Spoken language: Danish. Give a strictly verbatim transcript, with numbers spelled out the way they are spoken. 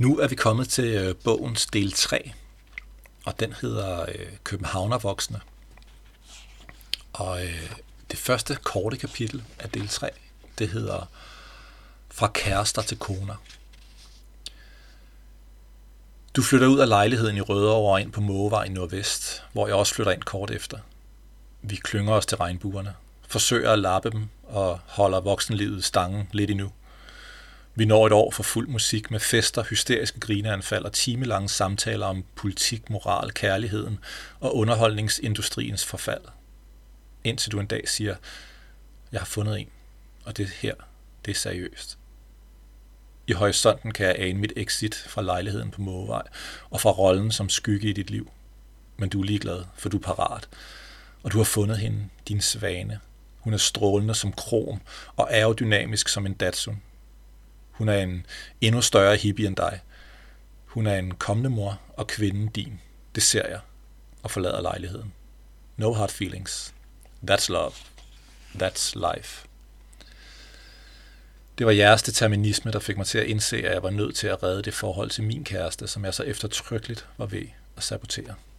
Nu er vi kommet til øh, bogens del tre, og den hedder øh, Københavnervoksne. Og øh, det første korte kapitel af del tre, det hedder Fra kærester til koner. Du flytter ud af lejligheden i Rødovre og ind på Mågevej i Nordvest, hvor jeg også flytter ind kort efter. Vi klynger os til regnbuerne, forsøger at lappe dem og holder voksenlivet stangen lidt endnu. Vi når et år for fuld musik med fester, hysteriske grineanfald og timelange samtaler om politik, moral, kærligheden og underholdningsindustriens forfald. Indtil du en dag siger, jeg har fundet en, og det her, det er seriøst. I horisonten kan jeg ane mit exit fra lejligheden på Mågevej og fra rollen som skygge i dit liv. Men du er ligeglad, for du er parat. Og du har fundet hende, din svane. Hun er strålende som krom og aerodynamisk som en Datsun. Hun er en endnu større hippie end dig. Hun er en kommende mor og kvinden din. Det ser jeg. Og forlader lejligheden. No hard feelings. That's love. That's life. Det var jeres determinisme, der fik mig til at indse, at jeg var nødt til at redde det forhold til min kæreste, som jeg så eftertrykkeligt var ved at sabotere.